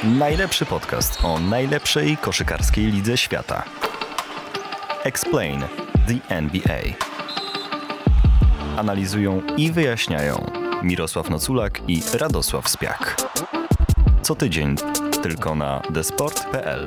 Najlepszy podcast o najlepszej koszykarskiej lidze świata. Explain the NBA. Analizują i wyjaśniają Mirosław Noculak i Radosław Spiak. Co tydzień tylko na thesport.pl.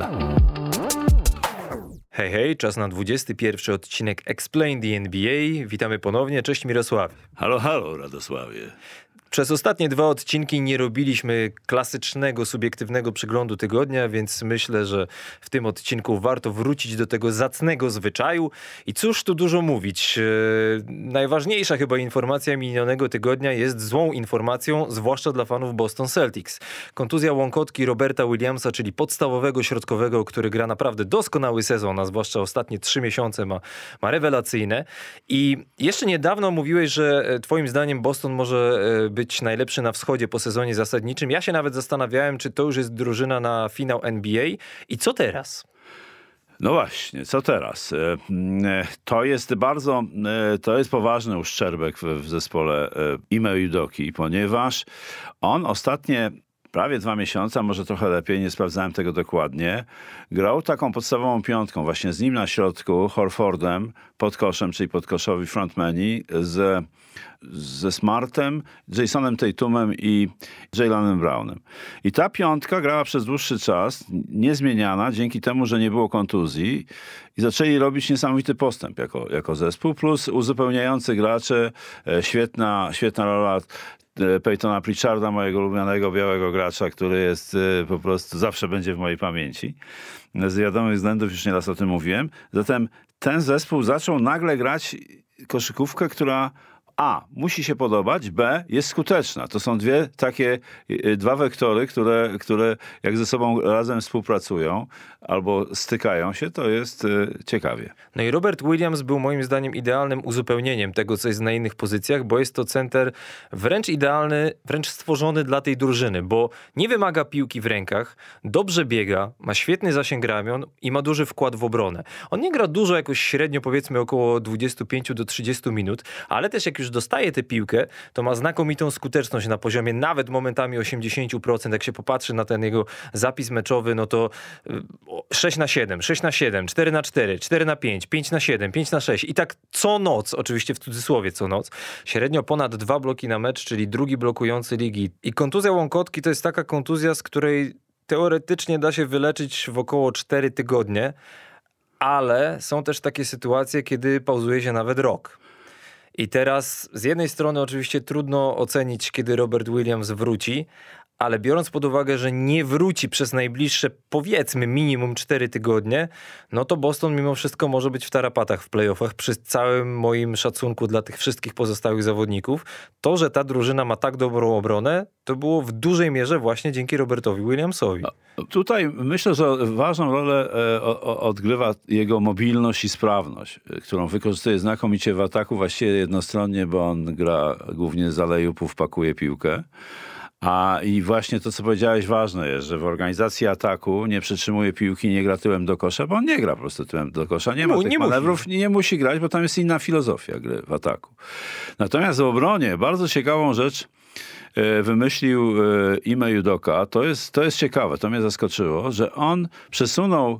Hej, hej, czas na 21 odcinek Explain the NBA. Witamy ponownie, cześć Mirosławie. Halo, halo Radosławie. Przez ostatnie 2 odcinki nie robiliśmy klasycznego, subiektywnego przeglądu tygodnia, więc myślę, że w tym odcinku warto wrócić do tego zacnego zwyczaju. I cóż tu dużo mówić. Najważniejsza chyba informacja minionego tygodnia jest złą informacją, zwłaszcza dla fanów Boston Celtics. Kontuzja łąkotki Roberta Williamsa, czyli podstawowego środkowego, który gra naprawdę doskonały sezon, a zwłaszcza ostatnie 3 miesiące ma rewelacyjne. I jeszcze niedawno mówiłeś, że twoim zdaniem Boston może być najlepszy na wschodzie po sezonie zasadniczym. Ja się nawet zastanawiałem, czy to już jest drużyna na finał NBA. I co teraz? No właśnie, co teraz? To jest poważny uszczerbek w zespole Ime Udoki, ponieważ on ostatnie prawie 2 miesiące, może trochę lepiej, nie sprawdzałem tego dokładnie, grał taką podstawową piątką, właśnie z nim na środku, Horfordem, pod koszem, czyli podkoszowi frontmeni, ze Smartem, Jasonem Tatumem i Jaylenem Brownem. I ta piątka grała przez dłuższy czas, niezmieniana, dzięki temu, że nie było kontuzji i zaczęli robić niesamowity postęp jako zespół, plus uzupełniający gracze, świetna rola Peytona Pritcharda, mojego ulubionego białego gracza, który jest po prostu zawsze będzie w mojej pamięci. Z wiadomych względów już nieraz o tym mówiłem. Zatem ten zespół zaczął nagle grać koszykówkę, która A, musi się podobać, B, jest skuteczna. To są dwa wektory, które jak ze sobą razem współpracują albo stykają się, to jest ciekawie. No i Robert Williams był moim zdaniem idealnym uzupełnieniem tego, co jest na innych pozycjach, bo jest to center wręcz idealny, wręcz stworzony dla tej drużyny, bo nie wymaga piłki w rękach, dobrze biega, ma świetny zasięg ramion i ma duży wkład w obronę. On nie gra dużo, jakoś średnio powiedzmy około 25 do 30 minut, ale też jak już dostaje tę piłkę, to ma znakomitą skuteczność na poziomie nawet momentami 80%. Jak się popatrzy na ten jego zapis meczowy, no to 6/7, 6/7, 4/4, 4/5, 5/7, 5/6 i tak co noc, oczywiście w cudzysłowie co noc, średnio ponad 2 bloki na mecz, czyli drugi blokujący ligi. I kontuzja łąkotki to jest taka kontuzja, z której teoretycznie da się wyleczyć w około 4 tygodnie, ale są też takie sytuacje, kiedy pauzuje się nawet rok. I teraz z jednej strony oczywiście trudno ocenić, kiedy Robert Williams wróci, ale biorąc pod uwagę, że nie wróci przez najbliższe, powiedzmy, minimum 4 tygodnie, no to Boston mimo wszystko może być w tarapatach w playoffach przy całym moim szacunku dla tych wszystkich pozostałych zawodników. To, że ta drużyna ma tak dobrą obronę, to było w dużej mierze właśnie dzięki Robertowi Williamsowi. Tutaj myślę, że ważną rolę odgrywa jego mobilność i sprawność, którą wykorzystuje znakomicie w ataku, właściwie jednostronnie, bo on gra głównie z alley-oopów, pakuje piłkę. I właśnie to, co powiedziałeś, ważne jest, że w organizacji ataku nie przytrzymuje piłki, nie gra tyłem do kosza, bo on nie gra po prostu tyłem do kosza. Nie ma tych manewrów, nie musi grać, bo tam jest inna filozofia gry w ataku. Natomiast w obronie bardzo ciekawą rzecz wymyślił Ime Udoka. To jest ciekawe, to mnie zaskoczyło, że on przesunął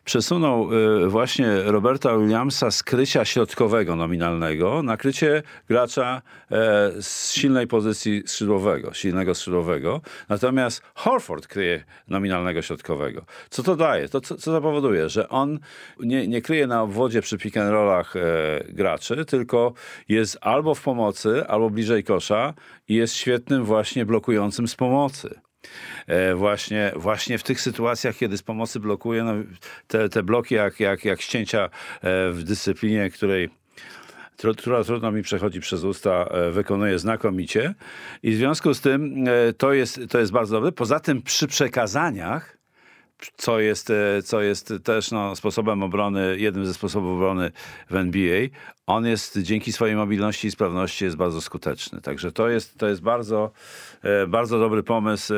właśnie Roberta Williamsa z krycia środkowego nominalnego na krycie gracza z silnej pozycji silnego skrzydłowego. Natomiast Horford kryje nominalnego środkowego. Co to daje? Co to powoduje? Że on nie kryje na obwodzie przy pick and rollach graczy, tylko jest albo w pomocy, albo bliżej kosza i jest świetnym właśnie blokującym z pomocy. Właśnie w tych sytuacjach, kiedy z pomocy blokuje, no, te bloki jak ścięcia w dyscyplinie, która trudno mi przechodzi przez usta, wykonuje znakomicie i w związku z tym to jest bardzo dobre. Poza tym przy przekazaniach, co jest też sposobem obrony, jednym ze sposobów obrony w NBA, on jest dzięki swojej mobilności i sprawności jest bardzo skuteczny. Także to jest bardzo, bardzo dobry pomysł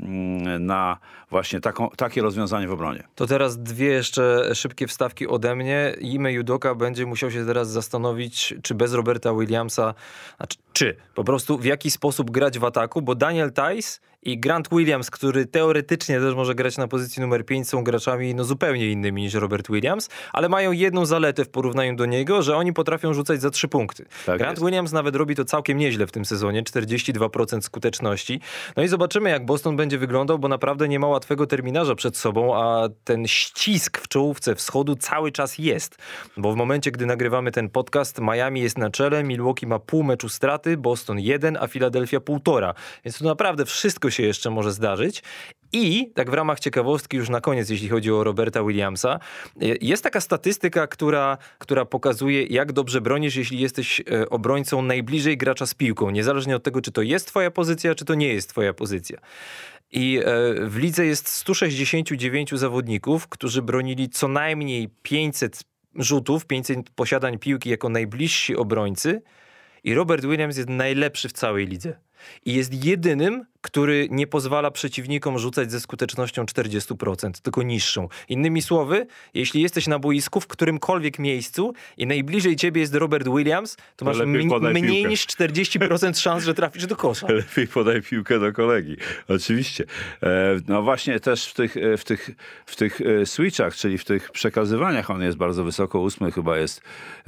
na właśnie takie rozwiązanie w obronie. To teraz dwie jeszcze szybkie wstawki ode mnie. Ime Udoka będzie musiał się teraz zastanowić, czy bez Roberta Williamsa, czy po prostu w jaki sposób grać w ataku, bo Daniel Tice i Grant Williams, który teoretycznie też może grać na pozycji numer 5, są graczami zupełnie innymi niż Robert Williams, ale mają jedną zaletę w porównaniu do niego, że oni potrafią rzucać za 3 punkty. Tak Grant jest. Williams nawet robi to całkiem nieźle w tym sezonie, 42% skuteczności. No i zobaczymy, jak Boston będzie wyglądał, bo naprawdę nie ma łatwego terminarza przed sobą, a ten ścisk w czołówce wschodu cały czas jest. Bo w momencie, gdy nagrywamy ten podcast, Miami jest na czele, Milwaukee ma pół meczu straty, Boston 1, a Philadelphia 1,5. Więc tu naprawdę wszystko się jeszcze może zdarzyć. I tak w ramach ciekawostki już na koniec, jeśli chodzi o Roberta Williamsa, jest taka statystyka, która pokazuje, jak dobrze bronisz, jeśli jesteś obrońcą najbliżej gracza z piłką. Niezależnie od tego, czy to jest twoja pozycja, czy to nie jest twoja pozycja. I w lidze jest 169 zawodników, którzy bronili co najmniej 500 rzutów, 500 posiadań piłki jako najbliżsi obrońcy. I Robert Williams jest najlepszy w całej lidze. I jest jedynym, który nie pozwala przeciwnikom rzucać ze skutecznością 40%, tylko niższą. Innymi słowy, jeśli jesteś na boisku w którymkolwiek miejscu i najbliżej ciebie jest Robert Williams, to masz mniej niż 40% szans, że trafisz do kosza. Lepiej podaj piłkę do kolegi. Oczywiście. No właśnie też w tych switchach, czyli w tych przekazywaniach on jest bardzo wysoko. 8 chyba jest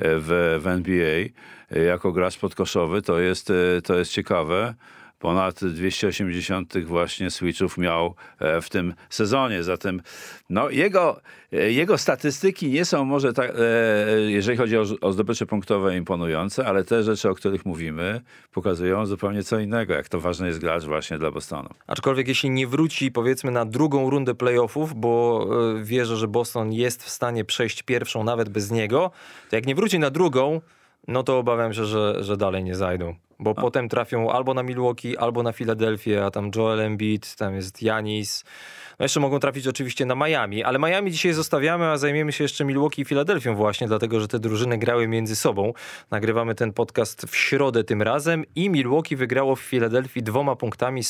w NBA. Jako gracz podkoszowy to jest ciekawe. Ponad 280 właśnie switchów miał w tym sezonie. Zatem no, jego statystyki nie są może tak, jeżeli chodzi o zdobycze punktowe, imponujące, ale te rzeczy, o których mówimy, pokazują zupełnie co innego, jak to ważny jest gracz właśnie dla Bostonu. Aczkolwiek jeśli nie wróci, powiedzmy, na drugą rundę playoffów, bo wierzę, że Boston jest w stanie przejść pierwszą nawet bez niego, to jak nie wróci na drugą, no to obawiam się, że dalej nie zajdą. Bo potem trafią albo na Milwaukee, albo na Filadelfię, a tam Joel Embiid, tam jest Giannis. No jeszcze mogą trafić oczywiście na Miami, ale Miami dzisiaj zostawiamy, a zajmiemy się jeszcze Milwaukee i Filadelfią właśnie, dlatego że te drużyny grały między sobą. Nagrywamy ten podcast w środę tym razem i Milwaukee wygrało w Filadelfii 2 punktami,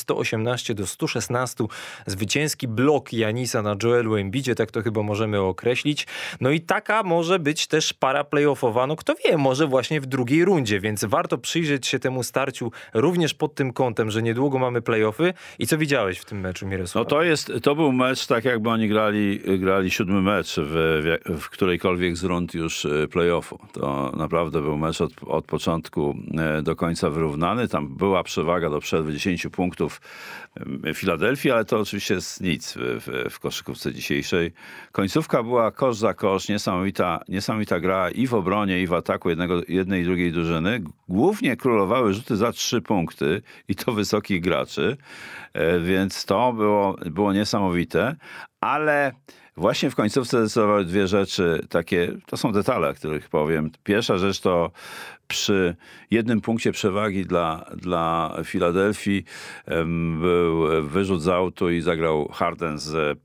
118-116. Zwycięski blok Giannisa na Joelu Embiidzie, tak to chyba możemy określić. No i taka może być też para playoffowa, no kto wie, może właśnie w drugiej rundzie, więc warto przyjrzeć się temu starciu również pod tym kątem, że niedługo mamy playoffy. I co widziałeś w tym meczu, Mirosław? No to był mecz tak, jakby oni grali 7 mecz w którejkolwiek z rund już playoffu. To naprawdę był mecz od początku do końca wyrównany. Tam była przewaga do przerwy 10 punktów Filadelfii, ale to oczywiście jest nic w koszykówce dzisiejszej. Końcówka była kosz za kosz, niesamowita gra i w obronie, i w ataku jednej i drugiej drużyny. Głównie królowały rzuty za 3 punkty i to wysokich graczy, więc to było niesamowite, ale właśnie w końcówce zdecydowały dwie rzeczy takie, to są detale, o których powiem. Pierwsza rzecz to przy 1 punkcie przewagi dla Filadelfii był wyrzut z autu i zagrał Harden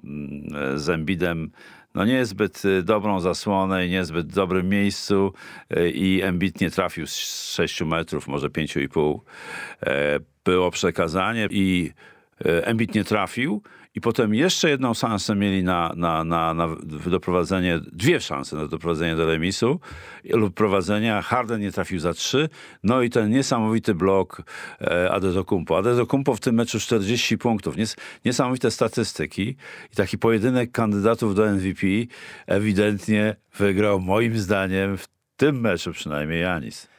z Embiidem. No niezbyt dobrą zasłonę i niezbyt dobrym miejscu i Embiid nie trafił z 6 metrów, może 5,5. Było przekazanie i Embiid nie trafił i potem jeszcze jedną szansę mieli na doprowadzenie, 2 szanse na doprowadzenie do remisu lub prowadzenia. Harden nie trafił za 3. No i ten niesamowity blok Adetokounmpo. Adetokounmpo w tym meczu 40 punktów. Niesamowite statystyki i taki pojedynek kandydatów do MVP ewidentnie wygrał moim zdaniem w tym meczu przynajmniej Giannis.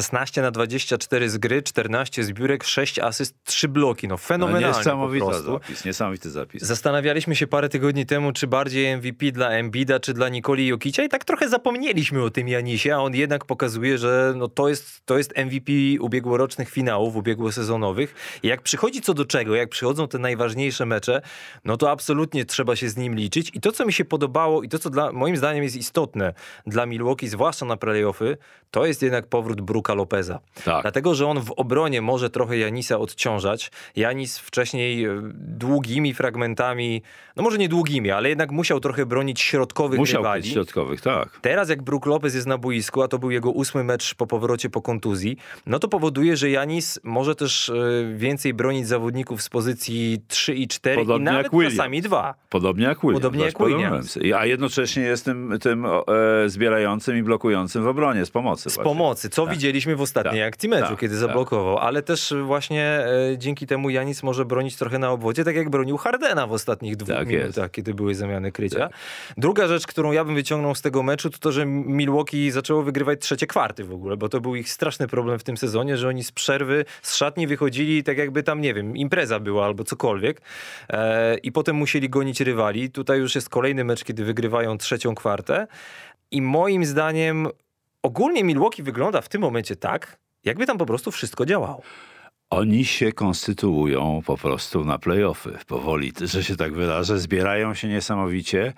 16/24 z gry, 14 zbiórek, 6 asyst, 3 bloki. No fenomenalnie po prostu. Niesamowity zapis. Zastanawialiśmy się parę tygodni temu, czy bardziej MVP dla Embida, czy dla Nikoli Jokicia i tak trochę zapomnieliśmy o tym Giannisie, a on jednak pokazuje, że no to jest MVP ubiegłorocznych finałów, ubiegłosezonowych. I jak przychodzi co do czego, jak przychodzą te najważniejsze mecze, no to absolutnie trzeba się z nim liczyć. I to, co mi się podobało i to, co moim zdaniem jest istotne dla Milwaukee, zwłaszcza na playoffy, to jest jednak powrót Brooka Lopeza. Tak. Dlatego, że on w obronie może trochę Janisa odciążać. Janis wcześniej długimi fragmentami, no może nie długimi, ale jednak musiał trochę bronić środkowych rywali. Musiał środkowych, tak. Teraz jak Brook Lopez jest na boisku, a to był jego 8. mecz po powrocie po kontuzji, no to powoduje, że Janis może też więcej bronić zawodników z pozycji 3 i 4 Podobnie i nawet jak Williams. czasami 2. Podobnie jak Williams. Podobnie jak Williams. A jednocześnie jest tym zbierającym i blokującym w obronie z pomocy. Z pomocy, co widzieliśmy w ostatniej akcji meczu, kiedy zablokował. Ale też właśnie dzięki temu Janis może bronić trochę na obwodzie, tak jak bronił Hardena w ostatnich 2 minutach, kiedy były zamiany krycia. Tak. Druga rzecz, którą ja bym wyciągnął z tego meczu, to że Milwaukee zaczęło wygrywać trzecie kwarty w ogóle, bo to był ich straszny problem w tym sezonie, że oni z przerwy, z szatni wychodzili tak jakby tam, nie wiem, impreza była albo cokolwiek i potem musieli gonić rywali. Tutaj już jest kolejny mecz, kiedy wygrywają trzecią kwartę i moim zdaniem ogólnie Milwaukee wygląda w tym momencie tak, jakby tam po prostu wszystko działało. Oni się konstytuują po prostu na play-offy powoli, że się tak wyrażę, zbierają się niesamowicie.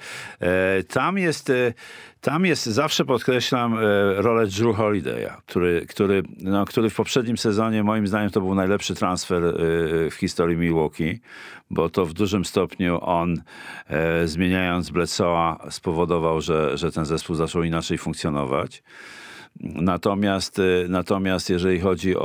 Tam jest, zawsze podkreślam, rolę Drew Holiday'a, który w poprzednim sezonie moim zdaniem to był najlepszy transfer w historii Milwaukee, bo to w dużym stopniu on zmieniając Bledsoe'a spowodował, że ten zespół zaczął inaczej funkcjonować. Natomiast jeżeli chodzi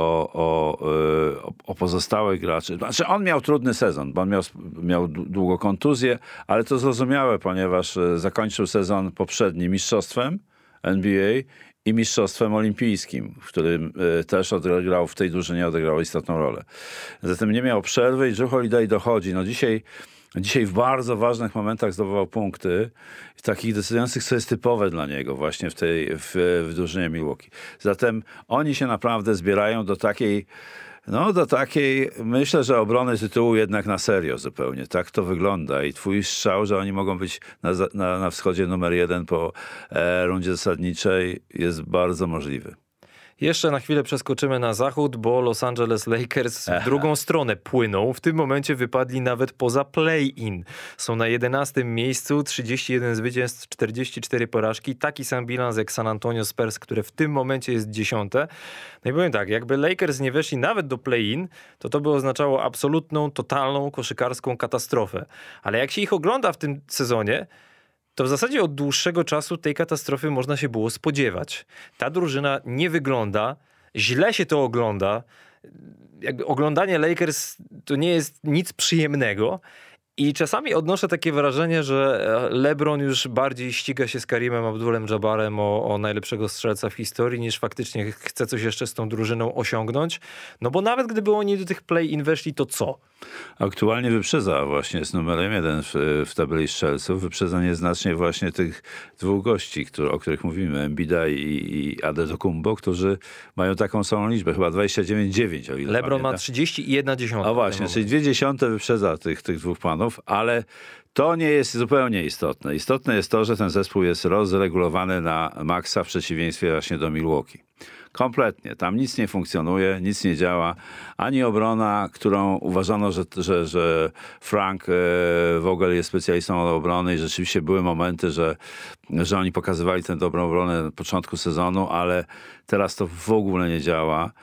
o pozostałych graczy, znaczy on miał trudny sezon, bo on miał długo kontuzję, ale to zrozumiałe, ponieważ zakończył sezon poprzedni mistrzostwem NBA i mistrzostwem olimpijskim, w którym też w tej drużynie odegrał istotną rolę. Zatem nie miał przerwy i Drew Holiday dochodzi. No Dzisiaj w bardzo ważnych momentach zdobywał punkty, takich decydujących, co jest typowe dla niego właśnie w drużynie Milwaukee. Zatem oni się naprawdę zbierają do takiej, myślę, że obrony tytułu jednak na serio zupełnie. Tak to wygląda i twój strzał, że oni mogą być na wschodzie numer 1 po rundzie zasadniczej jest bardzo możliwy. Jeszcze na chwilę przeskoczymy na zachód, bo Los Angeles Lakers w drugą stronę płyną. W tym momencie wypadli nawet poza play-in. Są na 11. miejscu, 31 zwycięstw, 44 porażki. Taki sam bilans jak San Antonio Spurs, które w tym momencie jest 10. No i powiem tak, jakby Lakers nie weszli nawet do play-in, to by oznaczało absolutną, totalną koszykarską katastrofę. Ale jak się ich ogląda w tym sezonie, to w zasadzie od dłuższego czasu tej katastrofy można się było spodziewać. Ta drużyna nie wygląda, źle się to ogląda. Jakby oglądanie Lakers to nie jest nic przyjemnego. I czasami odnoszę takie wrażenie, że LeBron już bardziej ściga się z Karimem Abdulem-Jabbarem o najlepszego strzelca w historii, niż faktycznie chce coś jeszcze z tą drużyną osiągnąć. No bo nawet gdyby oni do tych play-in weszli, to co? Aktualnie wyprzedza właśnie z numerem 1 w tabeli strzelców. Wyprzedza nieznacznie właśnie tych dwóch gości, o których mówimy, Embida i Antetokounmpo, którzy mają taką samą liczbę, chyba 29,9. O ile LeBron ma 30,1. A właśnie, czyli 0,2 wyprzedza tych dwóch panów, ale to nie jest zupełnie istotne. Istotne jest to, że ten zespół jest rozregulowany na maksa w przeciwieństwie właśnie do Milwaukee. Kompletnie. Tam nic nie funkcjonuje, nic nie działa. Ani obrona, którą uważano, że Frank Vogel jest specjalistą od obrony i rzeczywiście były momenty, że oni pokazywali tę dobrą obronę na początku sezonu, ale teraz to w ogóle nie działa.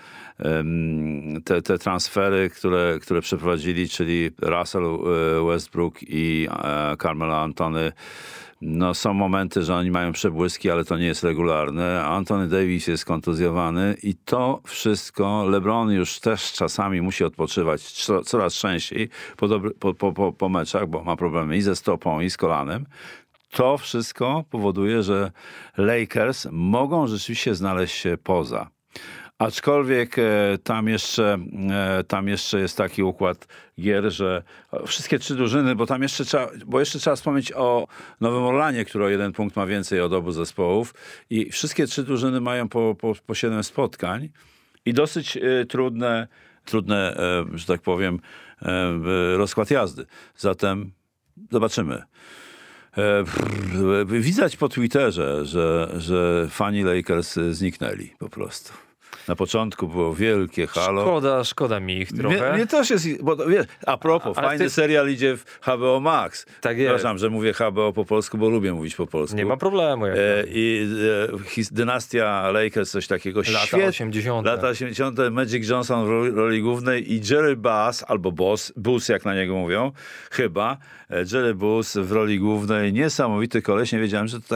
Te transfery, które przeprowadzili, czyli Russell Westbrook i Carmelo Anthony, no są momenty, że oni mają przebłyski, ale to nie jest regularne. Anthony Davis jest kontuzjowany i to wszystko, LeBron już też czasami musi odpoczywać coraz częściej po meczach, bo ma problemy i ze stopą, i z kolanem. To wszystko powoduje, że Lakers mogą rzeczywiście znaleźć się poza. Aczkolwiek tam jeszcze jest taki układ gier, że wszystkie 3 drużyny, bo jeszcze trzeba wspomnieć o Nowym Orlanie, który o 1 punkt ma więcej od obu zespołów i wszystkie 3 drużyny mają po 7 spotkań i dosyć trudne, że tak powiem, rozkład jazdy. Zatem zobaczymy. Widać po Twitterze, że fani Lakers zniknęli po prostu. Na początku było wielkie halo. Szkoda mi ich trochę. Mnie też jest, bo wiesz, a propos, fajny serial idzie w HBO Max. Tak jest. Przepraszam, że mówię HBO po polsku, bo lubię mówić po polsku. Nie ma problemu. Dynastia Lakers, coś takiego. Lata 80. Lata 80. Magic Johnson w roli głównej i Jerry Buss, albo Buss, jak na niego mówią, chyba. Jerry Buss w roli głównej. Niesamowity koleś. Nie wiedziałem, że to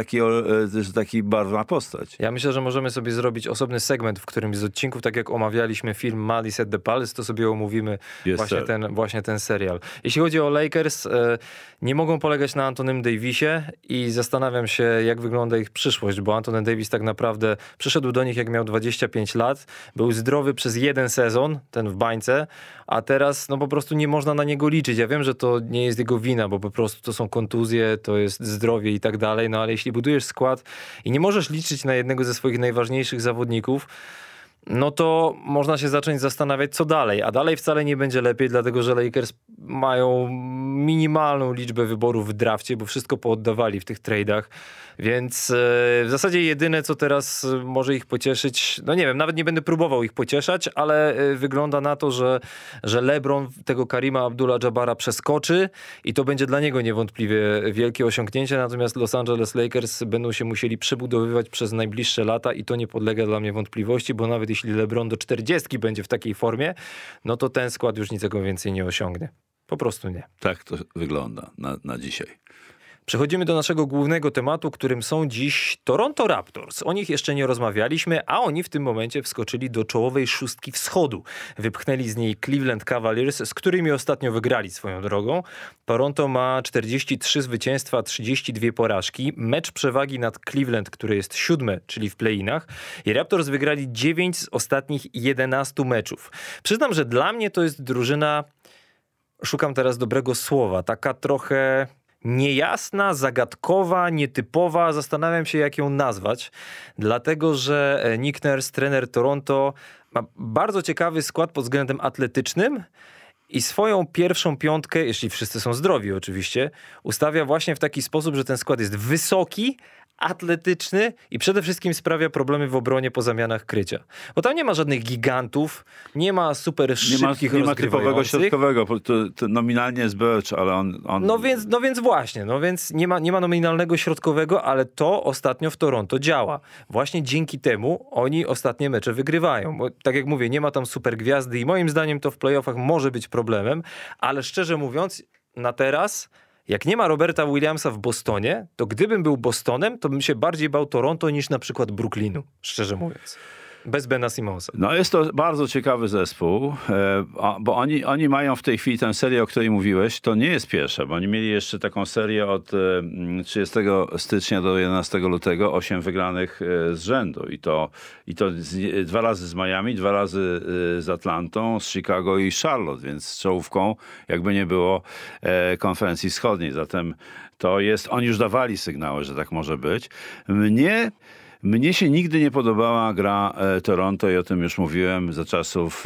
taki barwna postać. Ja myślę, że możemy sobie zrobić osobny segment w którymś z odcinków, tak jak omawialiśmy film Malice at the Palace, to sobie omówimy właśnie ten serial. Jeśli chodzi o Lakers, nie mogą polegać na Antonym Davisie i zastanawiam się, jak wygląda ich przyszłość, bo Anthony Davis tak naprawdę przyszedł do nich, jak miał 25 lat, był zdrowy przez jeden sezon, ten w bańce, a teraz no po prostu nie można na niego liczyć. Ja wiem, że to nie jest jego wina, bo po prostu to są kontuzje, to jest zdrowie i tak dalej, no ale jeśli budujesz skład i nie możesz liczyć na jednego ze swoich najważniejszych zawodników, no to można się zacząć zastanawiać, co dalej. A dalej wcale nie będzie lepiej, dlatego że Lakers mają minimalną liczbę wyborów w drafcie, bo wszystko pooddawali w tych trade'ach. Więc w zasadzie jedyne, co teraz może ich pocieszyć, no nie wiem, nawet nie będę próbował ich pocieszać, ale wygląda na to, że LeBron tego Karima Abdul-Jabbara przeskoczy i to będzie dla niego niewątpliwie wielkie osiągnięcie, natomiast Los Angeles Lakers będą się musieli przebudowywać przez najbliższe lata i to nie podlega dla mnie wątpliwości, bo nawet jeśli LeBron do 40 będzie w takiej formie, no to ten skład już niczego więcej nie osiągnie. Po prostu nie. Tak to wygląda na dzisiaj. Przechodzimy do naszego głównego tematu, którym są dziś Toronto Raptors. O nich jeszcze nie rozmawialiśmy, a oni w tym momencie wskoczyli do czołowej szóstki wschodu. Wypchnęli z niej Cleveland Cavaliers, z którymi ostatnio wygrali swoją drogą. Toronto ma 43 zwycięstwa, 32 porażki. Mecz przewagi nad Cleveland, który jest 7, czyli w play-inach. I Raptors wygrali 9 z ostatnich 11 meczów. Przyznam, że dla mnie to jest drużyna, szukam teraz dobrego słowa, taka trochę niejasna, zagadkowa, nietypowa. Zastanawiam się, jak ją nazwać. Dlatego, że Nick Nurse, trener Toronto, ma bardzo ciekawy skład pod względem atletycznym i swoją pierwszą piątkę, jeśli wszyscy są zdrowi oczywiście, ustawia właśnie w taki sposób, że ten skład jest wysoki, atletyczny i przede wszystkim sprawia problemy w obronie po zamianach krycia. Bo tam nie ma żadnych gigantów, nie ma super szybkich nie ma typowego środkowego, to nominalnie jest Birch, ale on... No więc właśnie, nie ma nominalnego środkowego, ale to ostatnio w Toronto działa. Właśnie dzięki temu oni ostatnie mecze wygrywają. Bo tak jak mówię, nie ma tam super gwiazdy i moim zdaniem to w playoffach może być problemem, ale szczerze mówiąc, na teraz, jak nie ma Roberta Williamsa w Bostonie, to gdybym był Bostonem, to bym się bardziej bał Toronto niż na przykład Brooklynu, szczerze mówiąc. Bez Bena Simonsa. No jest to bardzo ciekawy zespół, bo oni mają w tej chwili tę serię, o której mówiłeś, to nie jest pierwsza, bo oni mieli jeszcze taką serię od 30 stycznia do 11 lutego, 8 wygranych z rzędu. I to 2 razy z Miami, 2 razy z Atlantą, z Chicago i Charlotte, więc z czołówką, jakby nie było, konferencji wschodniej. Zatem to jest, oni już dawali sygnały, że tak może być. Mnie się nigdy nie podobała gra Toronto i o tym już mówiłem za czasów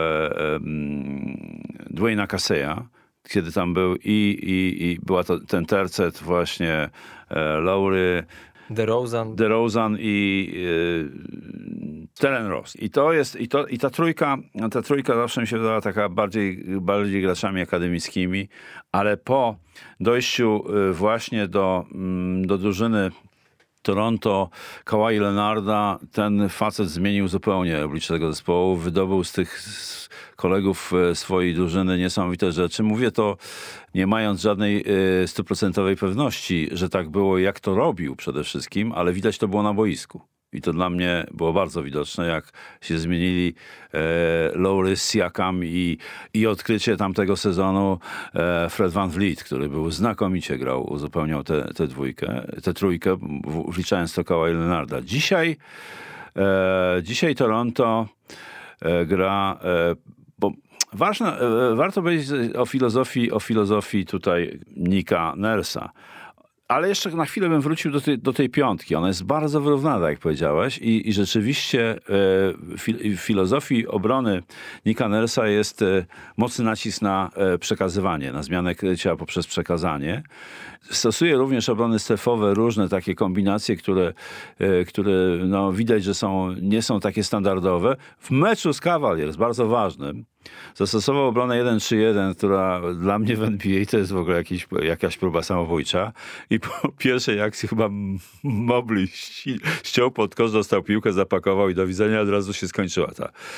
Dwayna Casseya, kiedy tam był i była to ten tercet właśnie Lowry, DeRozan i Terence Ross. I ta trójka zawsze mi się wydała taka bardziej graczami akademickimi, ale po dojściu właśnie do drużyny Toronto, Kawhi Leonarda, ten facet zmienił zupełnie oblicze tego zespołu, wydobył z tych kolegów swojej drużyny niesamowite rzeczy. Mówię to nie mając żadnej 100% pewności, że tak było, jak to robił przede wszystkim, ale widać to było na boisku. I to dla mnie było bardzo widoczne, jak się zmienili Lowry z Siakam i odkrycie tamtego sezonu Fred VanVleet, który był znakomicie grał, uzupełniał tę trójkę, wliczając to Kawhi Leonarda. Dzisiaj Toronto gra, bo warto powiedzieć o filozofii tutaj Nicka Nurse'a. Ale jeszcze na chwilę bym wrócił do tej piątki. Ona jest bardzo wyrównana, jak powiedziałeś. I rzeczywiście w filozofii obrony Nicka Nurse'a jest mocny nacisk na przekazywanie, na zmianę krycia poprzez przekazanie. Stosuje również obrony strefowe, różne takie kombinacje, które no, widać, że nie są takie standardowe. W meczu z Cavaliers, bardzo ważnym, zastosował obronę 1-3-1, która dla mnie w NBA to jest w ogóle jakaś próba samobójcza. I po pierwszej akcji chyba Mobley ściął pod kosz, dostał piłkę, zapakował i do widzenia, od razu się skończyła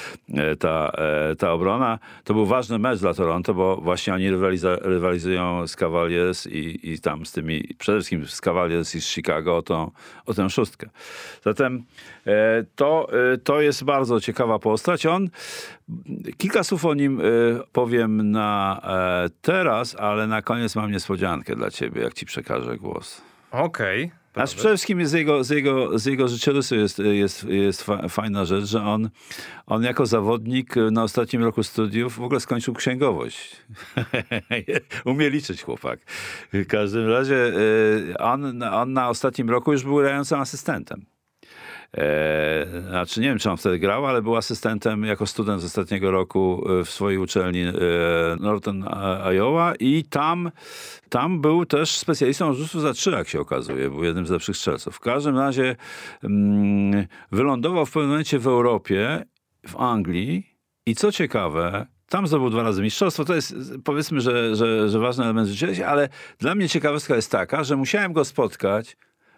ta obrona. To był ważny mecz dla Toronto, bo właśnie oni rywalizują z Cavaliers i tam z tymi, przede wszystkim z Cavaliers i z Chicago o tę szóstkę. Zatem to jest bardzo ciekawa postać. Kilka słów o nim powiem teraz, ale na koniec mam niespodziankę dla ciebie, jak ci przekażę głos. Okej. Znaczy przede wszystkim z jego życiorysu jest fajna rzecz, że on jako zawodnik na ostatnim roku studiów w ogóle skończył księgowość. Umie liczyć chłopak. W każdym razie on na ostatnim roku już był grającym asystentem. Znaczy nie wiem, czy on wtedy grał, ale był asystentem jako student z ostatniego roku w swojej uczelni Northern Iowa i tam był też specjalistą rzutu za 3, jak się okazuje. Był jednym z lepszych strzelców. W każdym razie wylądował w pewnym momencie w Europie, w Anglii i co ciekawe, tam zdobył 2 razy mistrzostwo. To jest, powiedzmy, że ważny element życia, ale dla mnie ciekawostka jest taka, że musiałem go spotkać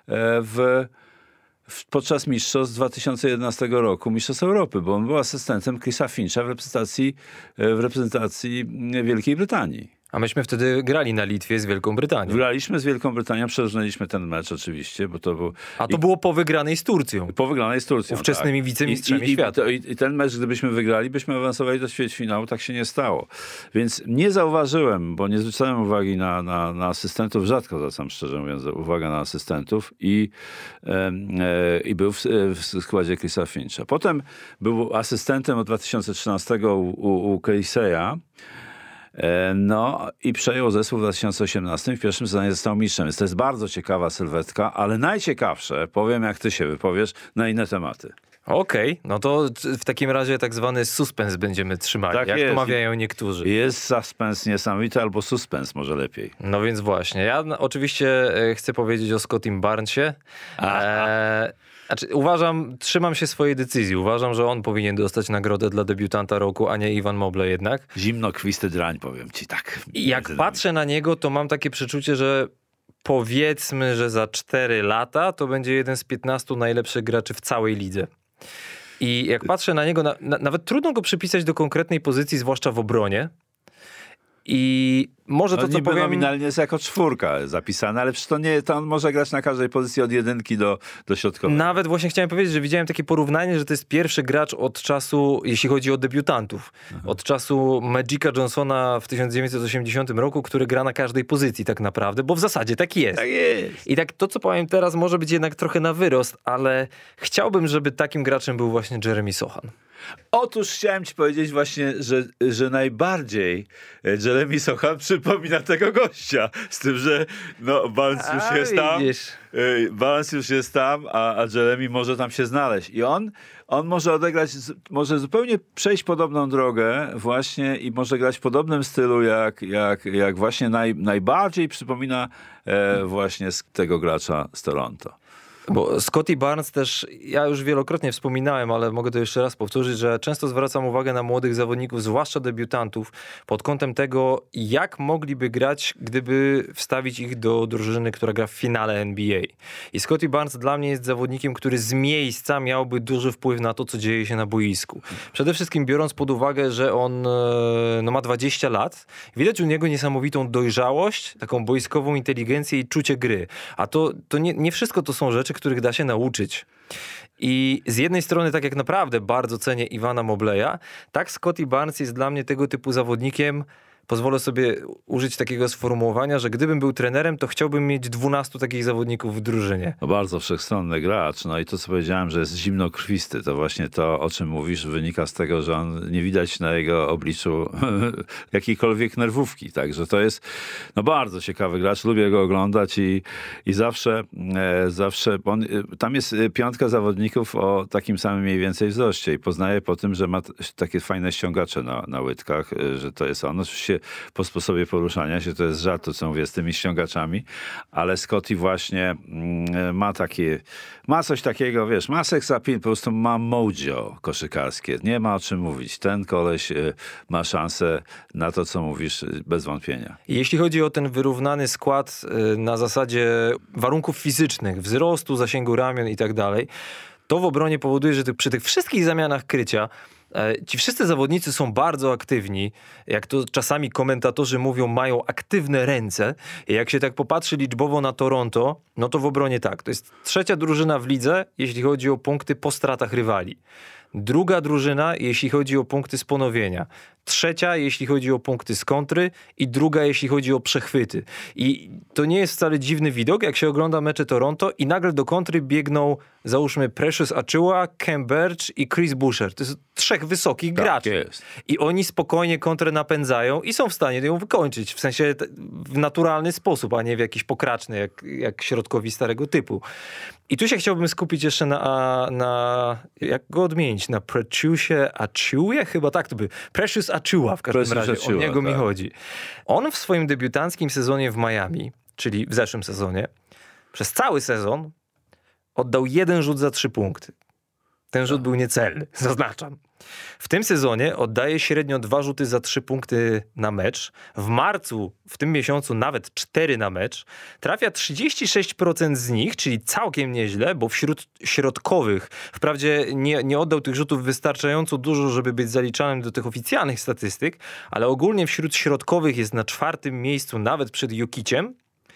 podczas mistrzostw 2011 roku, mistrzostw Europy, bo on był asystentem Chrisa Fincha w reprezentacji Wielkiej Brytanii. A myśmy wtedy grali na Litwie z Wielką Brytanią. Graliśmy z Wielką Brytanią, przeróżniliśmy ten mecz oczywiście, bo to był... A to było po wygranej z Turcją. Po wygranej z Turcją, ówczesnymi wicemistrzami świata. I ten mecz, gdybyśmy wygrali, byśmy awansowali do ćwierćfinału, tak się nie stało. Więc nie zauważyłem, bo nie zwróciłem uwagi na asystentów, rzadko zwracam szczerze mówiąc uwagę na asystentów i był w składzie Chrisa Fincha. Potem był asystentem od 2013 u Casey'a. No i przejął zespół w 2018 i w pierwszym sezonie został mistrzem. Więc to jest bardzo ciekawa sylwetka, ale najciekawsze, powiem jak ty się wypowiesz, na inne tematy. Okej, no to w takim razie tak zwany suspens będziemy trzymali, Tak jak jest. to mawiają niektórzy. Jest suspens niesamowity albo suspens może lepiej. No więc właśnie, ja oczywiście chcę powiedzieć o Scottim Barnesie. Znaczy, trzymam się swojej decyzji. Uważam, że on powinien dostać nagrodę dla debiutanta roku, a nie Evan Mobley jednak. Zimnokwisty drań, powiem ci tak. I jak patrzę na niego, to mam takie przeczucie, że powiedzmy, że za 4 lata to będzie jeden z 15 najlepszych graczy w całej lidze. I jak patrzę na niego, nawet trudno go przypisać do konkretnej pozycji, zwłaszcza w obronie. I może to, co powiem... nominalnie jest jako 4 zapisane, ale przecież to on może grać na każdej pozycji od 1 do środkowej. Nawet właśnie chciałem powiedzieć, że widziałem takie porównanie, że to jest pierwszy gracz od czasu, jeśli chodzi o debiutantów, od czasu Magica Johnsona w 1980 roku, który gra na każdej pozycji tak naprawdę, bo w zasadzie tak jest. Tak jest. I tak to, co powiem teraz, może być jednak trochę na wyrost, ale chciałbym, żeby takim graczem był właśnie Jeremy Sochan. Otóż chciałem ci powiedzieć właśnie, że najbardziej Jeremy Sochan przypomina tego gościa. Z tym, że Barnes już jest tam. Barnes już jest tam, a Jeremy może tam się znaleźć. I on może odegrać, może zupełnie przejść podobną drogę właśnie i może grać w podobnym stylu, jak właśnie najbardziej przypomina właśnie z tego gracza z Toronto. Bo Scottie Barnes też, ja już wielokrotnie wspominałem, ale mogę to jeszcze raz powtórzyć, że często zwracam uwagę na młodych zawodników, zwłaszcza debiutantów, pod kątem tego, jak mogliby grać, gdyby wstawić ich do drużyny, która gra w finale NBA. I Scottie Barnes dla mnie jest zawodnikiem, który z miejsca miałby duży wpływ na to, co dzieje się na boisku. Przede wszystkim biorąc pod uwagę, że on ma 20 lat, widać u niego niesamowitą dojrzałość, taką boiskową inteligencję i czucie gry. A to nie wszystko to są rzeczy, których da się nauczyć. I z jednej strony, tak jak naprawdę bardzo cenię Evana Mobleya, tak Scottie Barnes jest dla mnie tego typu zawodnikiem, pozwolę sobie użyć takiego sformułowania, że gdybym był trenerem, to chciałbym mieć 12 takich zawodników w drużynie. No bardzo wszechstronny gracz. No i to, co powiedziałem, że jest zimnokrwisty, to właśnie to, o czym mówisz, wynika z tego, że on nie widać na jego obliczu jakiejkolwiek nerwówki. Także to jest bardzo ciekawy gracz. Lubię go oglądać i zawsze tam jest 5 zawodników o takim samym mniej więcej wzroście i poznaję po tym, że ma takie fajne ściągacze na łydkach, że to jest on. Oczywiście po sposobie poruszania się to jest żart, to co mówię z tymi ściągaczami, ale Scottie właśnie ma coś takiego, wiesz, ma sex appeal, po prostu ma mojo koszykarskie. Nie ma o czym mówić. Ten koleś ma szansę na to, co mówisz, bez wątpienia. Jeśli chodzi o ten wyrównany skład na zasadzie warunków fizycznych, wzrostu, zasięgu ramion i tak dalej, to w obronie powoduje, że przy tych wszystkich zamianach krycia ci wszyscy zawodnicy są bardzo aktywni. Jak to czasami komentatorzy mówią, mają aktywne ręce. I jak się tak popatrzy liczbowo na Toronto, no to w obronie tak. To jest 3. drużyna w lidze, jeśli chodzi o punkty po stratach rywali. 2. drużyna, jeśli chodzi o punkty z ponowienia. 3. jeśli chodzi o punkty z kontry i 2. jeśli chodzi o przechwyty. I to nie jest wcale dziwny widok, jak się ogląda mecze Toronto i nagle do kontry biegną, załóżmy, Precious Achiuwa, Khem Birch i Chris Boucher. To jest 3 wysokich graczy. Jest. I oni spokojnie kontrę napędzają i są w stanie ją wykończyć. W sensie w naturalny sposób, a nie w jakiś pokraczny, jak środkowi starego typu. I tu się chciałbym skupić jeszcze na jak go odmienić? Na Preciusie Achiuwie? Chyba tak to by. Precious Achiuwa w każdym razie. O niego mi chodzi. On w swoim debiutanckim sezonie w Miami, czyli w zeszłym sezonie, przez cały sezon oddał 1 rzut za 3 punkty. Ten rzut był niecelny, zaznaczam. W tym sezonie oddaje średnio 2 rzuty za 3 punkty na mecz. W marcu, w tym miesiącu nawet 4 na mecz. Trafia 36% z nich, czyli całkiem nieźle, bo wśród środkowych, wprawdzie nie oddał tych rzutów wystarczająco dużo, żeby być zaliczanym do tych oficjalnych statystyk, ale ogólnie wśród środkowych jest na 4. miejscu, nawet przed Jokiciem.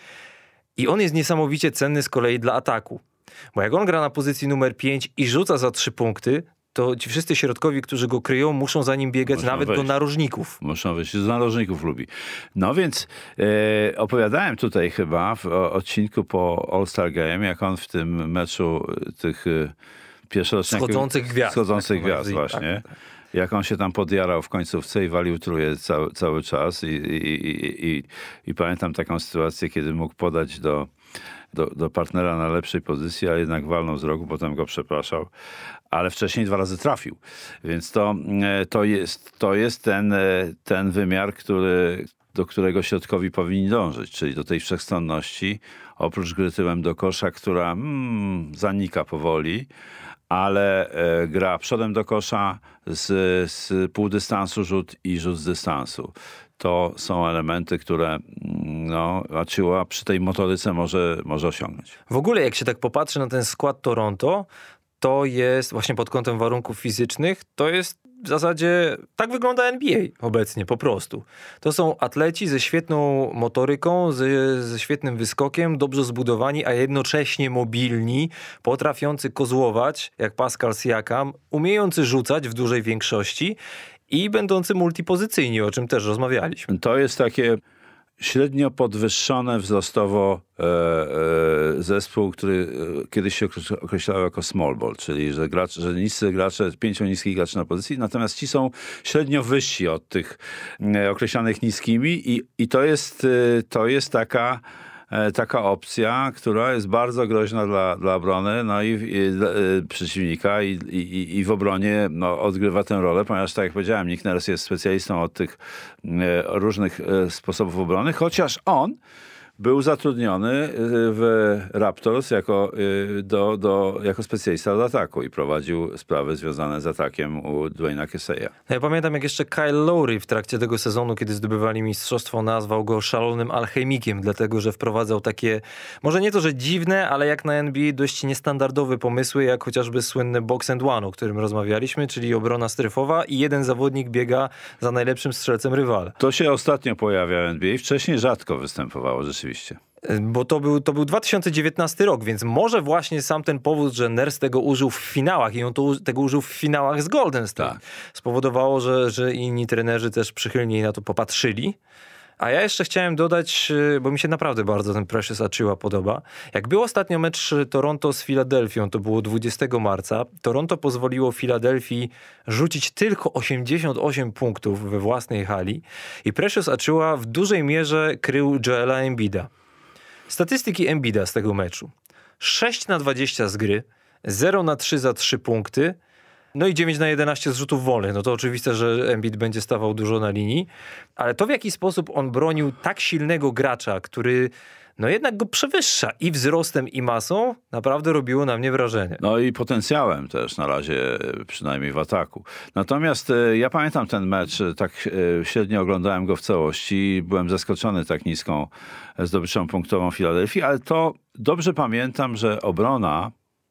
I on jest niesamowicie cenny z kolei dla ataku. Bo jak on gra na pozycji numer 5 i rzuca za 3 punkty, to ci wszyscy środkowi, którzy go kryją, muszą za nim biegać nawet do narożników. Muszą wyjść, z narożników lubi. No więc opowiadałem tutaj chyba w odcinku po All-Star Game, jak on w tym meczu tych pierwszoroczniaków... Schodzących gwiazd właśnie. Tak. Jak on się tam podjarał w końcówce i walił truje cały czas. I pamiętam taką sytuację, kiedy mógł podać do partnera na lepszej pozycji, a jednak walnął z rogu, potem go przepraszał, ale wcześniej 2 razy trafił. Więc to jest ten wymiar, do którego środkowi powinni dążyć, czyli do tej wszechstronności, oprócz gry tyłem do kosza, która zanika powoli, ale gra przodem do kosza z półdystansu rzut i rzut z dystansu. To są elementy, które Achiuwa przy tej motoryce może osiągnąć. W ogóle jak się tak popatrzy na ten skład Toronto, to jest właśnie pod kątem warunków fizycznych, to jest w zasadzie, tak wygląda NBA obecnie po prostu. To są atleci ze świetną motoryką, ze świetnym wyskokiem, dobrze zbudowani, a jednocześnie mobilni, potrafiący kozłować, jak Pascal Siakam, umiejący rzucać w dużej większości i będący multipozycyjni, o czym też rozmawialiśmy. To jest takie średnio podwyższone wzrostowo zespół, który kiedyś się określał jako small ball, czyli że niscy gracze, 5 niskich graczy na pozycji, natomiast ci są średnio wyżsi od tych określanych niskimi i to jest taka opcja, która jest bardzo groźna dla obrony, no i przeciwnika i w obronie odgrywa tę rolę, ponieważ tak jak powiedziałem, Nick Nurse jest specjalistą od tych różnych sposobów obrony, chociaż on był zatrudniony w Raptors jako specjalista od ataku i prowadził sprawy związane z atakiem u Dwayna Casey'a. Ja pamiętam, jak jeszcze Kyle Lowry w trakcie tego sezonu, kiedy zdobywali mistrzostwo, nazwał go szalonym alchemikiem, dlatego że wprowadzał takie, może nie to, że dziwne, ale jak na NBA dość niestandardowe pomysły, jak chociażby słynny box and one, o którym rozmawialiśmy, czyli obrona strefowa i jeden zawodnik biega za najlepszym strzelcem rywala. To się ostatnio pojawia w NBA, wcześniej rzadko występowało rzeczywiście. Bo to był 2019 rok, więc może właśnie sam ten powód, że Nurse tego użył w finałach i on tego użył w finałach z Golden State, Tak. spowodowało, że inni trenerzy też przychylniej na to popatrzyli. A ja jeszcze chciałem dodać, bo mi się naprawdę bardzo ten Precious Achiuwa podoba. Jak był ostatnio mecz Toronto z Filadelfią, to było 20 marca, Toronto pozwoliło Filadelfii rzucić tylko 88 punktów we własnej hali i Precious Achiuwa w dużej mierze krył Joela Embida. Statystyki Embida z tego meczu. 6 na 20 z gry, 0 na 3 za 3 punkty, no i 9 na 11 z rzutów wolnych. No to oczywiste, że Embiid będzie stawał dużo na linii, ale to w jaki sposób on bronił tak silnego gracza, który no jednak go przewyższa i wzrostem, i masą, naprawdę robiło na mnie wrażenie. No i potencjałem też na razie, przynajmniej w ataku. Natomiast ja pamiętam ten mecz, tak średnio oglądałem go w całości. Byłem zaskoczony tak niską zdobyczą punktową Filadelfii, ale to dobrze pamiętam, że obrona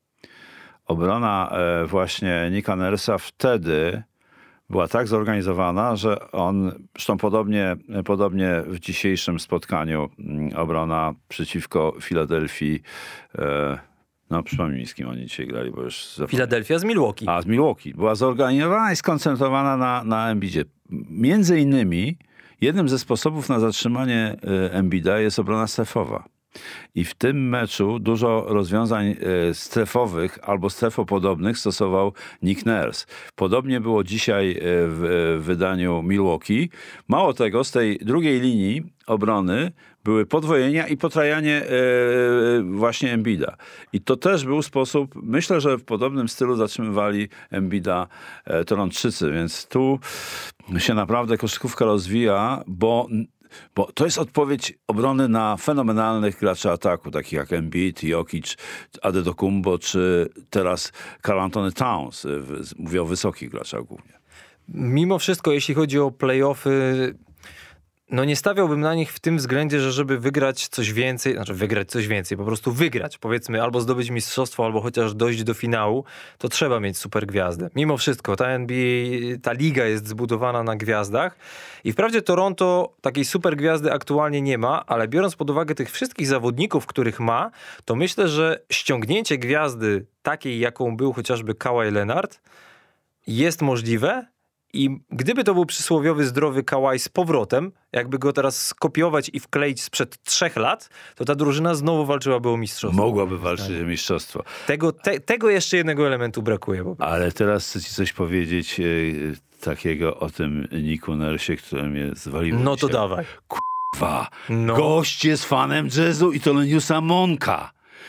właśnie Nicka Nurse'a wtedy była tak zorganizowana, że on, zresztą podobnie w dzisiejszym spotkaniu, obrona przeciwko Filadelfii, no przypomnij mi, z kim oni dzisiaj grali, bo już zapomniałem. Filadelfia z Milwaukee. Z Milwaukee. Była zorganizowana i skoncentrowana na Embiidzie. Między innymi jednym ze sposobów na zatrzymanie Embida jest obrona strefowa. I w tym meczu dużo rozwiązań strefowych albo strefopodobnych stosował Nick Nurse. Podobnie było dzisiaj w wydaniu Milwaukee. Mało tego, z tej drugiej linii obrony były podwojenia i potrajanie właśnie Embida. I to też był sposób, myślę, że w podobnym stylu zatrzymywali Embida Torontczycy, więc tu się naprawdę koszykówka rozwija, bo to jest odpowiedź obrony na fenomenalnych graczy ataku, takich jak Embiid, Jokic, Antetokounmpo, czy teraz Karl Anthony Towns. Mówię o wysokich graczach głównie. Mimo wszystko, jeśli chodzi o play-offy, no nie stawiałbym na nich w tym względzie, że żeby wygrać coś więcej, po prostu wygrać, powiedzmy, albo zdobyć mistrzostwo, albo chociaż dojść do finału, to trzeba mieć super gwiazdę. Mimo wszystko, ta NBA, ta liga jest zbudowana na gwiazdach i wprawdzie Toronto takiej super gwiazdy aktualnie nie ma, ale biorąc pod uwagę tych wszystkich zawodników, których ma, to myślę, że ściągnięcie gwiazdy takiej, jaką był chociażby Kawhi Leonard, jest możliwe. I gdyby to był przysłowiowy zdrowy Kawhi z powrotem, jakby go teraz skopiować i wkleić sprzed 3 lat, to ta drużyna znowu walczyłaby o mistrzostwo. Mogłaby walczyć o mistrzostwo. Tego jeszcze jednego elementu brakuje. Ale teraz chcę ci coś powiedzieć takiego o tym Nicku Nurse'ie, który mnie zwalił. No to dawaj. No. Gość jest fanem jazzu i Theloniousa Monka.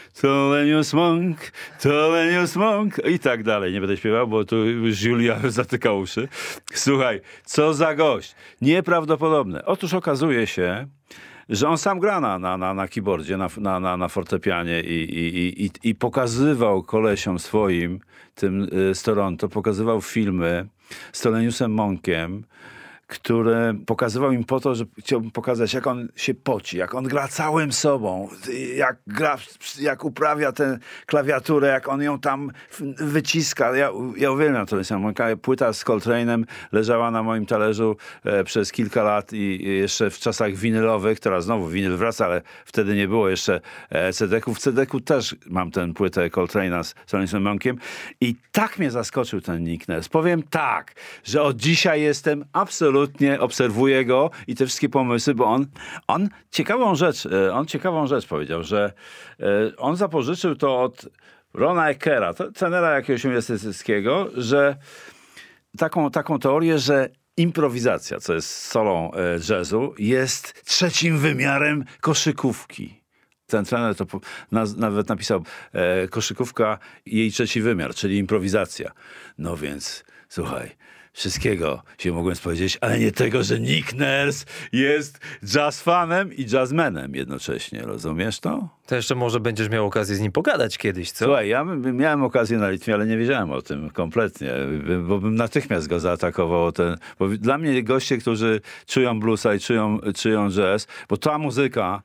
Thelonious Monk i tak dalej. Nie będę śpiewał, bo tu już Julia zatyka uszy. Słuchaj, co za gość. Nieprawdopodobne. Otóż okazuje się, że on sam gra na keyboardzie, na fortepianie i pokazywał kolesiom swoim, tym z Toronto, pokazywał filmy z Theloniusem Monkiem, który pokazywał im po to, że chciałbym pokazać, jak on się poci, jak on gra całym sobą, jak uprawia tę klawiaturę, jak on ją tam wyciska. Ja uwielbiam to. Płyta z Coltrane'em leżała na moim talerzu przez kilka lat i jeszcze w czasach winylowych, teraz znowu winyl wraca, ale wtedy nie było jeszcze CD-ków. W CD-ku też mam tę płytę Coltrane'a z Theloniusem Monkiem i tak mnie zaskoczył ten Nick Nurse. Powiem tak, że od dzisiaj jestem absolutnie obserwuję go i te wszystkie pomysły, bo on ciekawą rzecz powiedział, że on zapożyczył to od Rona Eckera, trenera jakiegoś uniwersyteckiego, że taką teorię, że improwizacja, co jest solą jazzu, jest trzecim wymiarem koszykówki. Ten trener to nawet napisał koszykówka i jej trzeci wymiar, czyli improwizacja. No więc, słuchaj, wszystkiego się mogłem spowiedzieć, ale nie tego, że Nick Nurse jest jazz fanem i jazzmenem jednocześnie. Rozumiesz to? To jeszcze może będziesz miał okazję z nim pogadać kiedyś, co? Słuchaj, ja miałem okazję na Litwie, ale nie wiedziałem o tym kompletnie, bo bym natychmiast go zaatakował. Bo dla mnie goście, którzy czują bluesa i czują jazz, bo ta muzyka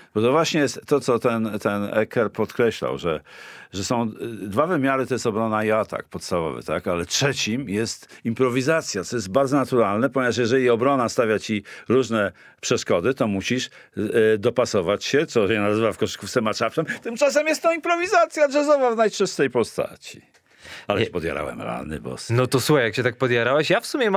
Bo to właśnie jest to, co ten Ecker podkreślał, że są dwa wymiary, to jest obrona i atak podstawowy, tak? Ale trzecim jest improwizacja, co jest bardzo naturalne, ponieważ jeżeli obrona stawia ci różne przeszkody, to musisz dopasować się, co się nazywa w koszykówce match-upem. Tymczasem jest to improwizacja jazzowa w najczystszej postaci. Ale się podjarałem, rany boss. No to słuchaj, jak się tak podjarałeś, ja w sumie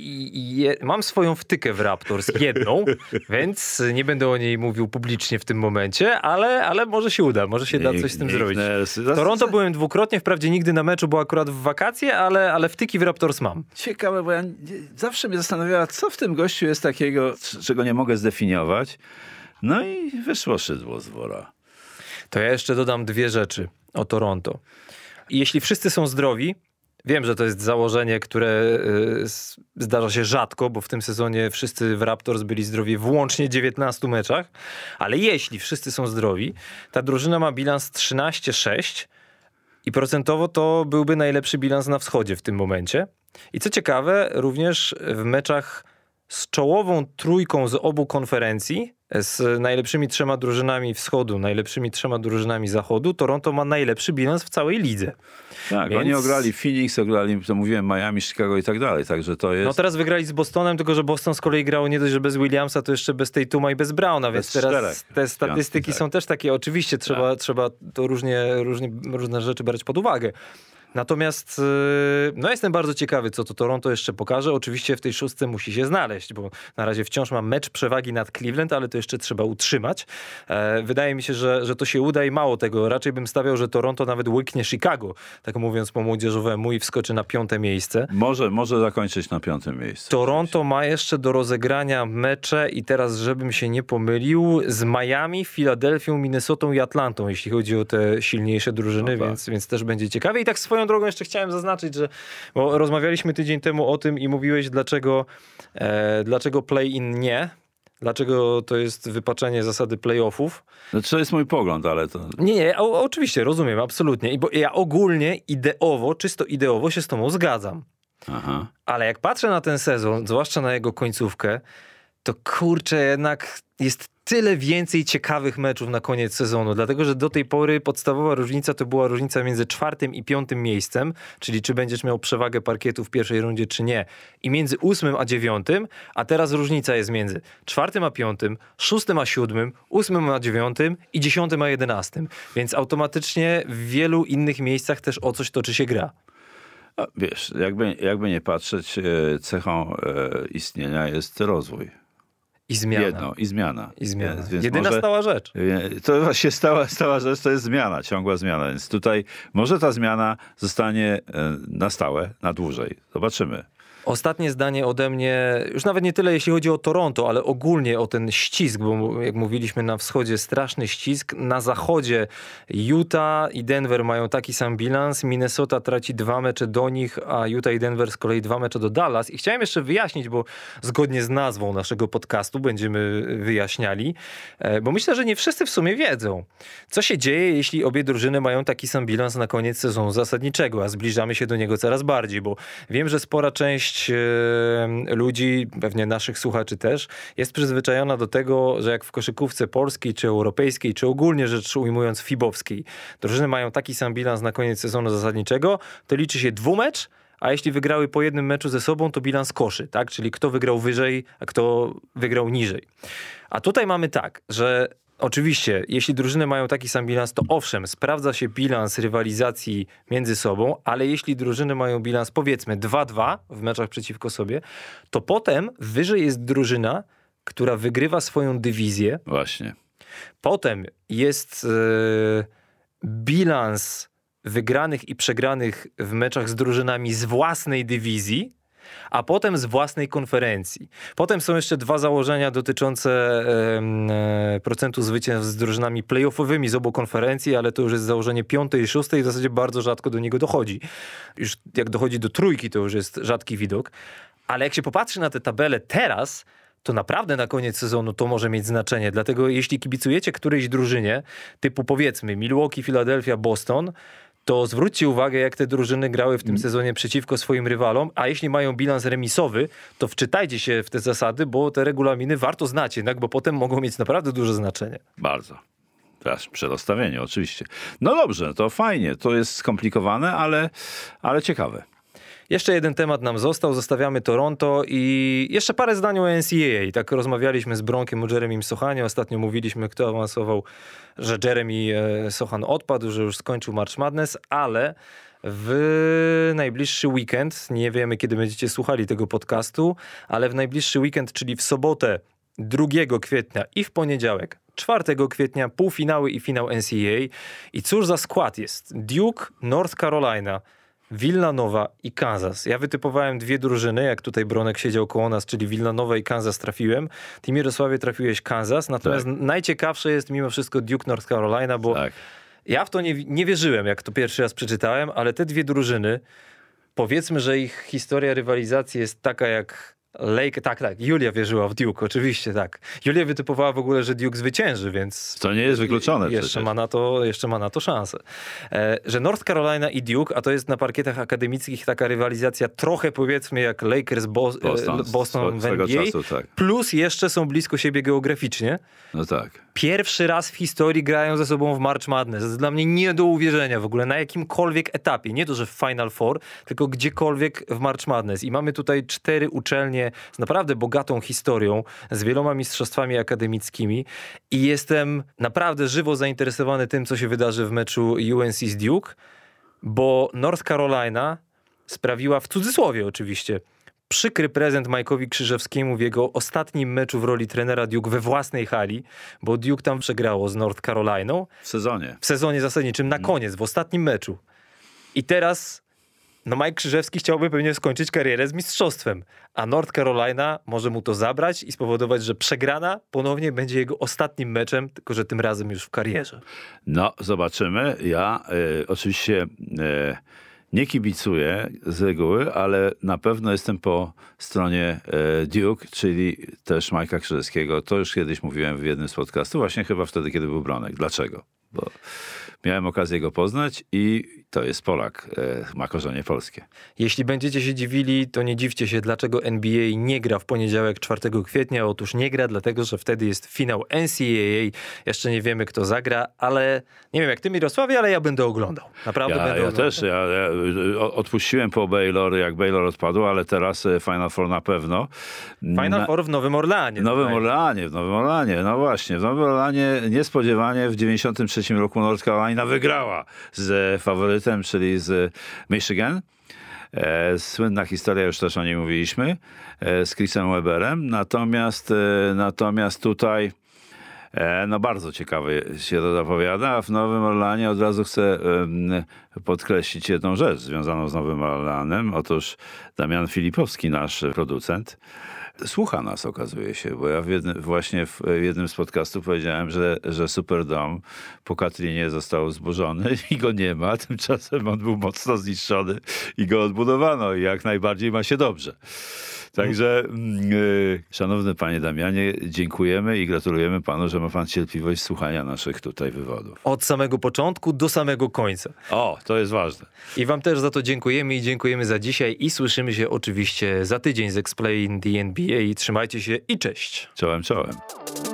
mam swoją wtykę w Raptors, jedną, więc nie będę o niej mówił publicznie w tym momencie, ale może się uda, może się da coś z tym zrobić. W Toronto byłem dwukrotnie, wprawdzie nigdy na meczu, bo akurat w wakacje, ale wtyki w Raptors mam. Ciekawe, bo ja zawsze mnie zastanawiała, co w tym gościu jest takiego, czego nie mogę zdefiniować. No i wyszło szydło z wora. To ja jeszcze dodam dwie rzeczy o Toronto. Jeśli wszyscy są zdrowi, wiem, że to jest założenie, które zdarza się rzadko, bo w tym sezonie wszyscy w Raptors byli zdrowi w łącznie 19 meczach, ale jeśli wszyscy są zdrowi, ta drużyna ma bilans 13-6 i procentowo to byłby najlepszy bilans na wschodzie w tym momencie. I co ciekawe, również w meczach z czołową trójką z obu konferencji, z najlepszymi 3 drużynami wschodu, najlepszymi 3 drużynami zachodu, Toronto ma najlepszy bilans w całej lidze. Tak, oni ograli Phoenix, ograli, to mówiłem, Miami, Chicago i tak dalej, także to jest... No teraz wygrali z Bostonem, tylko że Boston z kolei grał nie dość, że bez Williamsa, to jeszcze bez Tatuma i bez Browna, więc teraz te statystyki są też takie, oczywiście trzeba to różne rzeczy brać pod uwagę. Natomiast no jestem bardzo ciekawy, co to Toronto jeszcze pokaże. Oczywiście w tej 6 musi się znaleźć, bo na razie wciąż ma mecz przewagi nad Cleveland, ale to jeszcze trzeba utrzymać. Wydaje mi się, że to się uda i mało tego. Raczej bym stawiał, że Toronto nawet łyknie Chicago, tak mówiąc po młodzieżowemu, i wskoczy na 5. miejsce. Może zakończyć na 5. miejscu. Toronto ma jeszcze do rozegrania mecze i teraz, żebym się nie pomylił, z Miami, Filadelfią, Minnesotą i Atlantą, jeśli chodzi o te silniejsze drużyny, no tak. więc też będzie ciekawie. I tak swoją drogą jeszcze chciałem zaznaczyć, że bo rozmawialiśmy tydzień temu o tym i mówiłeś, dlaczego play-in nie. Dlaczego to jest wypaczenie zasady playoffów? No to jest mój pogląd, ale to... Nie, oczywiście, rozumiem, absolutnie. I bo ja ogólnie, czysto ideowo się z tobą zgadzam. Aha. Ale jak patrzę na ten sezon, zwłaszcza na jego końcówkę, to kurczę, jednak jest tyle więcej ciekawych meczów na koniec sezonu, dlatego że do tej pory podstawowa różnica to była różnica między 4. i 5. miejscem, czyli czy będziesz miał przewagę parkietu w pierwszej rundzie, czy nie, i między 8. a 9., a teraz różnica jest między 4. a 5., 6. a 7., 8. a 9. i 10. a 11. Więc automatycznie w wielu innych miejscach też o coś toczy się gra. A wiesz, jakby nie patrzeć, cechą istnienia jest rozwój. I zmiana. I zmiana. Więc jedyna stała rzecz. To właśnie stała rzecz, to jest zmiana, ciągła zmiana. Więc tutaj może ta zmiana zostanie na stałe, na dłużej. Zobaczymy. Ostatnie zdanie ode mnie, już nawet nie tyle jeśli chodzi o Toronto, ale ogólnie o ten ścisk, bo jak mówiliśmy na wschodzie straszny ścisk, na zachodzie Utah i Denver mają taki sam bilans, Minnesota traci 2 mecze do nich, a Utah i Denver z kolei 2 mecze do Dallas. I chciałem jeszcze wyjaśnić, bo zgodnie z nazwą naszego podcastu będziemy wyjaśniali, bo myślę, że nie wszyscy w sumie wiedzą, co się dzieje, jeśli obie drużyny mają taki sam bilans na koniec sezonu zasadniczego, a zbliżamy się do niego coraz bardziej, bo wiem, że spora część ludzi, pewnie naszych słuchaczy też, jest przyzwyczajona do tego, że jak w koszykówce polskiej, czy europejskiej, czy ogólnie rzecz ujmując fibowskiej, drużyny mają taki sam bilans na koniec sezonu zasadniczego, to liczy się dwumecz, a jeśli wygrały po jednym meczu ze sobą, to bilans koszy, tak? Czyli kto wygrał wyżej, a kto wygrał niżej. A tutaj mamy tak, że oczywiście, jeśli drużyny mają taki sam bilans, to owszem, sprawdza się bilans rywalizacji między sobą, ale jeśli drużyny mają bilans powiedzmy 2-2 w meczach przeciwko sobie, to potem wyżej jest drużyna, która wygrywa swoją dywizję. Właśnie. Potem jest bilans wygranych i przegranych w meczach z drużynami z własnej dywizji, a potem z własnej konferencji. Potem są jeszcze 2 założenia dotyczące procentu zwycięstw z drużynami playoffowymi z obu konferencji, ale to już jest założenie 5. i 6. i w zasadzie bardzo rzadko do niego dochodzi. Już jak dochodzi do 3, to już jest rzadki widok. Ale jak się popatrzy na te tabele teraz, to naprawdę na koniec sezonu to może mieć znaczenie. Dlatego jeśli kibicujecie którejś drużynie, typu powiedzmy Milwaukee, Philadelphia, Boston, to zwróćcie uwagę, jak te drużyny grały w tym sezonie przeciwko swoim rywalom, a jeśli mają bilans remisowy, to wczytajcie się w te zasady, bo te regulaminy warto znać jednak, bo potem mogą mieć naprawdę duże znaczenie. Bardzo. Teraz przy rozstawieniu, oczywiście. No dobrze, to fajnie. To jest skomplikowane, ale ciekawe. Jeszcze jeden temat nam został, zostawiamy Toronto i jeszcze parę zdań o NCAA. Tak rozmawialiśmy z Bronkiem o Jeremym Sochanie. Ostatnio mówiliśmy, kto awansował, że Jeremy Sochan odpadł, że już skończył March Madness, ale w najbliższy weekend, nie wiemy kiedy będziecie słuchali tego podcastu, ale w najbliższy weekend, czyli w sobotę 2 kwietnia i w poniedziałek 4 kwietnia półfinały i finał NCAA. I cóż za skład jest? Duke, North Carolina, Villanova i Kansas. Ja wytypowałem 2 drużyny, jak tutaj Bronek siedział koło nas, czyli Villanova i Kansas trafiłem. Ty, Mirosławie, trafiłeś Kansas, natomiast najciekawsze jest mimo wszystko Duke, North Carolina, bo ja w to nie wierzyłem, jak to pierwszy raz przeczytałem, ale te 2 drużyny, powiedzmy, że ich historia rywalizacji jest taka jak Lake, tak, Julia wierzyła w Duke, oczywiście tak. Julia wytypowała w ogóle, że Duke zwycięży, więc... To nie jest wykluczone jeszcze ma na to szansę. Że North Carolina i Duke, a to jest na parkietach akademickich taka rywalizacja trochę powiedzmy jak Lakers Boston w NBA, czasu, tak. Plus jeszcze są blisko siebie geograficznie. No tak. Pierwszy raz w historii grają ze sobą w March Madness. To jest dla mnie nie do uwierzenia w ogóle, na jakimkolwiek etapie. Nie to, że w Final Four, tylko gdziekolwiek w March Madness. I mamy tutaj 4 uczelnie z naprawdę bogatą historią, z wieloma mistrzostwami akademickimi i jestem naprawdę żywo zainteresowany tym, co się wydarzy w meczu UNC z Duke, bo North Carolina sprawiła, w cudzysłowie oczywiście, przykry prezent Mike'owi Krzyżewskiemu w jego ostatnim meczu w roli trenera Duke we własnej hali, bo Duke tam przegrało z North Caroliną. W sezonie zasadniczym, na koniec, w ostatnim meczu. I teraz Mike Krzyżewski chciałby pewnie skończyć karierę z mistrzostwem, a North Carolina może mu to zabrać i spowodować, że przegrana ponownie będzie jego ostatnim meczem, tylko że tym razem już w karierze. No, zobaczymy. Ja oczywiście nie kibicuję z reguły, ale na pewno jestem po stronie Duke, czyli też Majka Krzyżewskiego. To już kiedyś mówiłem w jednym z podcastów, właśnie chyba wtedy, kiedy był Bronek. Dlaczego? Bo miałem okazję go poznać i to jest Polak, ma korzenie polskie. Jeśli będziecie się dziwili, to nie dziwcie się, dlaczego NBA nie gra w poniedziałek 4 kwietnia. Otóż nie gra, dlatego że wtedy jest finał NCAA. Jeszcze nie wiemy, kto zagra, ale nie wiem jak ty, Mirosławie, ale ja będę oglądał. Naprawdę będę oglądał. Też. Ja odpuściłem po Baylor, jak Baylor odpadł, ale teraz Final Four na pewno. Final Four w Nowym Orleanie. W Nowym Orleanie. No właśnie. W Nowym Orleanie niespodziewanie w 93 roku North Carolina wygrała z faworytem, czyli z Michigan. Słynna historia, już też o niej mówiliśmy, z Chrisem Webberem. Natomiast tutaj bardzo ciekawie się to zapowiada. W Nowym Orleanie od razu chcę podkreślić jedną rzecz związaną z Nowym Orleanem. Otóż Damian Filipowski, nasz producent, słucha nas, okazuje się, bo ja w jednym z podcastów powiedziałem, że Superdome po Katrinie został zburzony i go nie ma. Tymczasem on był mocno zniszczony i go odbudowano i jak najbardziej ma się dobrze. Także, szanowny panie Damianie, dziękujemy i gratulujemy panu, że ma pan cierpliwość słuchania naszych tutaj wywodów. Od samego początku do samego końca. O, to jest ważne. I wam też za to dziękujemy i dziękujemy za dzisiaj i słyszymy się oczywiście za tydzień z Explain the NBA. Trzymajcie się i cześć. Czołem.